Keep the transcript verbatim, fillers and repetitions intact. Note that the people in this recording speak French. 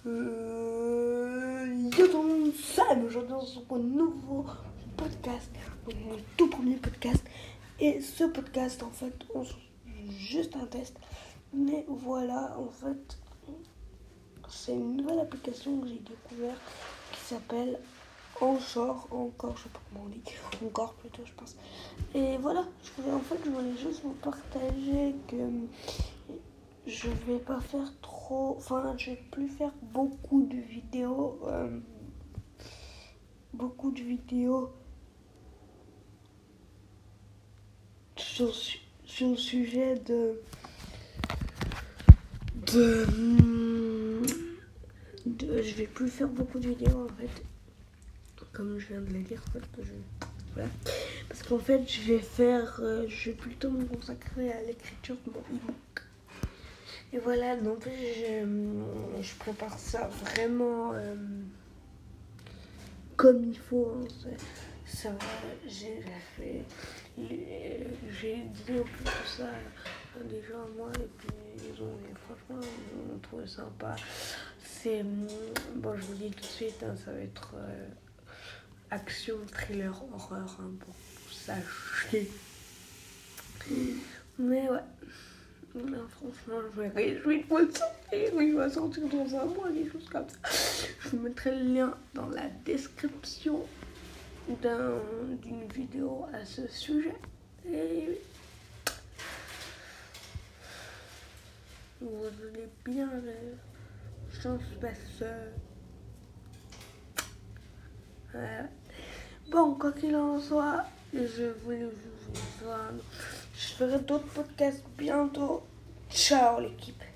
Euh, yo tout le monde, salut, aujourd'hui on se retrouve pour un nouveau podcast, donc mon tout premier podcast. Et ce podcast, en fait, on se- juste un test, mais voilà, en fait, c'est une nouvelle application que j'ai découverte qui s'appelle Encore, encore, je sais pas comment on dit, encore plutôt, je pense. Et voilà, je voulais, en fait, je voulais juste vous partager que je vais pas faire trop, enfin, je vais plus faire beaucoup de vidéos, euh, beaucoup de vidéos sur, sur le sujet de, de, de, je vais plus faire beaucoup de vidéos en fait, comme je viens de le dire, en fait, que je, voilà, parce qu'en fait, je vais faire, euh, je vais plutôt me consacrer à l'écriture de mon e-book. Et voilà, donc je, je prépare ça vraiment euh, comme il faut. Hein. Ça va, j'ai fait, j'ai dit au plus tout ça à des gens à moi et puis ils ont, franchement, ils ont trouvé sympa. C'est, bon, je vous dis tout de suite, hein, ça va être euh, action, thriller, horreur, hein, pour sachez. Mais ouais. Non, franchement, je me réjouis de le sortir. Il va sortir dans un mois, des choses comme ça. Je vous mettrai le lien dans la description d'un, d'une vidéo à ce sujet. Et vous allez bien, je passe. Euh, bon, quoi qu'il en soit, je voulais vous dire, je ferai d'autres podcasts bientôt. Ciao l'équipe.